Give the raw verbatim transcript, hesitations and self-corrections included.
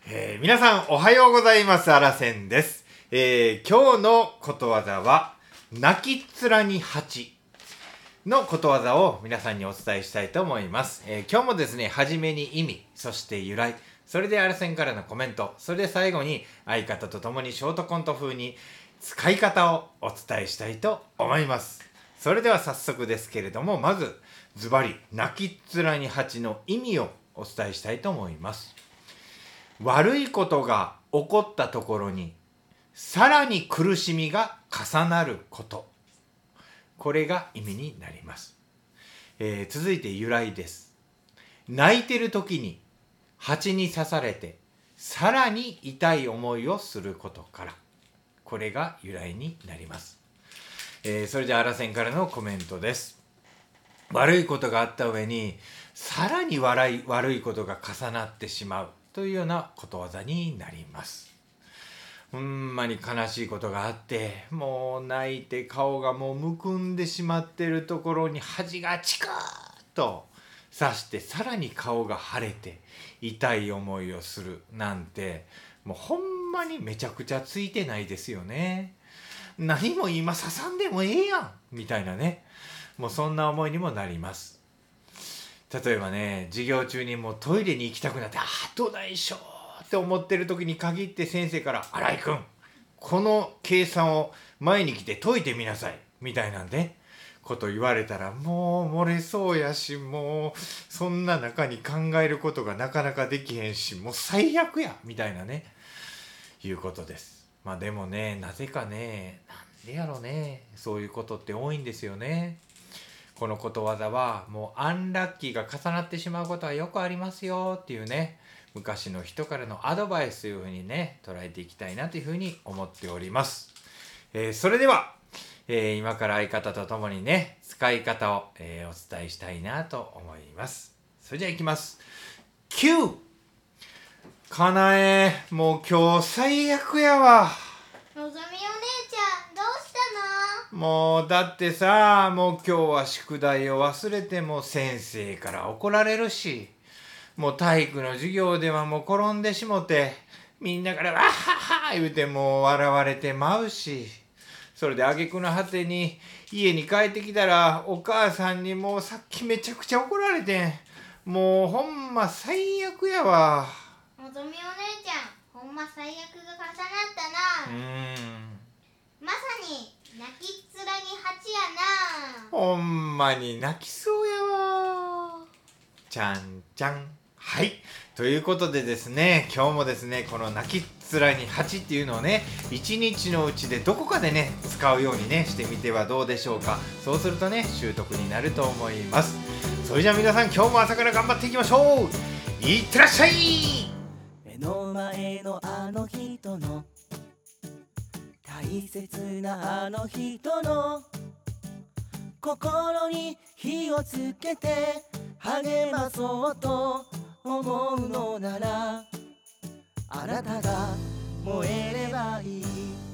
えー、皆さんおはようございます。あらせんです。えー、今日のことわざは泣きっ面に蜂のことわざを皆さんにお伝えしたいと思います。えー、今日もですね、はじめに意味、そして由来、それであらせんからのコメント、それで最後に相方と共にショートコント風に使い方をお伝えしたいと思います。それでは早速ですけれども、まずズバリ泣きっ面に蜂の意味をお伝えしたいと思います。悪いことが起こったところにさらに苦しみが重なること、これが意味になります。えー、続いて由来です。泣いてる時に蜂に刺されてさらに痛い思いをすることから、これが由来になります。えー、それじゃああらせんからのコメントです。悪いことがあった上にさらに悪い悪いことが重なってしまうというようなことわざになります。ほんまに悲しいことがあって、もう泣いて顔がもうむくんでしまってるところに蜂がチクッと刺してさらに顔が腫れて痛い思いをするなんて、もうほんまにめちゃくちゃついてないですよね。何も今刺さんでもええやんみたいなね、もうそんな思いにもなります。例えばね、授業中にもうトイレに行きたくなって、あーどないしょーって思ってる時に限って先生から新井くん、この計算を前に来て解いてみなさいみたいなんでこと言われたら、もう漏れそうやし、もうそんな中に考えることがなかなかできへんし、もう最悪やみたいなね、いうことです。まあでもね、なぜかね、なんでやろね、そういうことって多いんですよね。このことわざはもうアンラッキーが重なってしまうことはよくありますよっていうね、昔の人からのアドバイスというふうにね捉えていきたいなというふうに思っております。えー、それでは、えー、今から相方と共にね使い方を、えー、お伝えしたいなと思います。それじゃあいきます。きゅう、かなえ、もう今日最悪やわ。 のぞみお姉ちゃん、どうしたの？ もうだってさ、もう今日は宿題を忘れても先生から怒られるし、もう体育の授業ではもう転んでしもて、みんなからわっはっは言うてもう笑われてまうし、それで挙句の果てに家に帰ってきたらお母さんにもうさっきめちゃくちゃ怒られてん、もうほんま最悪やわ。 のぞみお姉ちゃん、ほんま最悪が重なったな。 うーん、 まさに泣きっ面に蜂やな。 ほんまに泣きそうやわ。ちゃんちゃん。はい。ということでですね、今日もですね、この泣きっ面に蜂っていうのをね、一日のうちでどこかでね、使うようにね、してみてはどうでしょうか。そうするとね、習得になると思います。それじゃあ皆さん、今日も朝から頑張っていきましょう。いってらっしゃい。 目の前のあの人の大切なあの人の心に火をつけて励まそうと思うのなら、あなたが燃えればいい。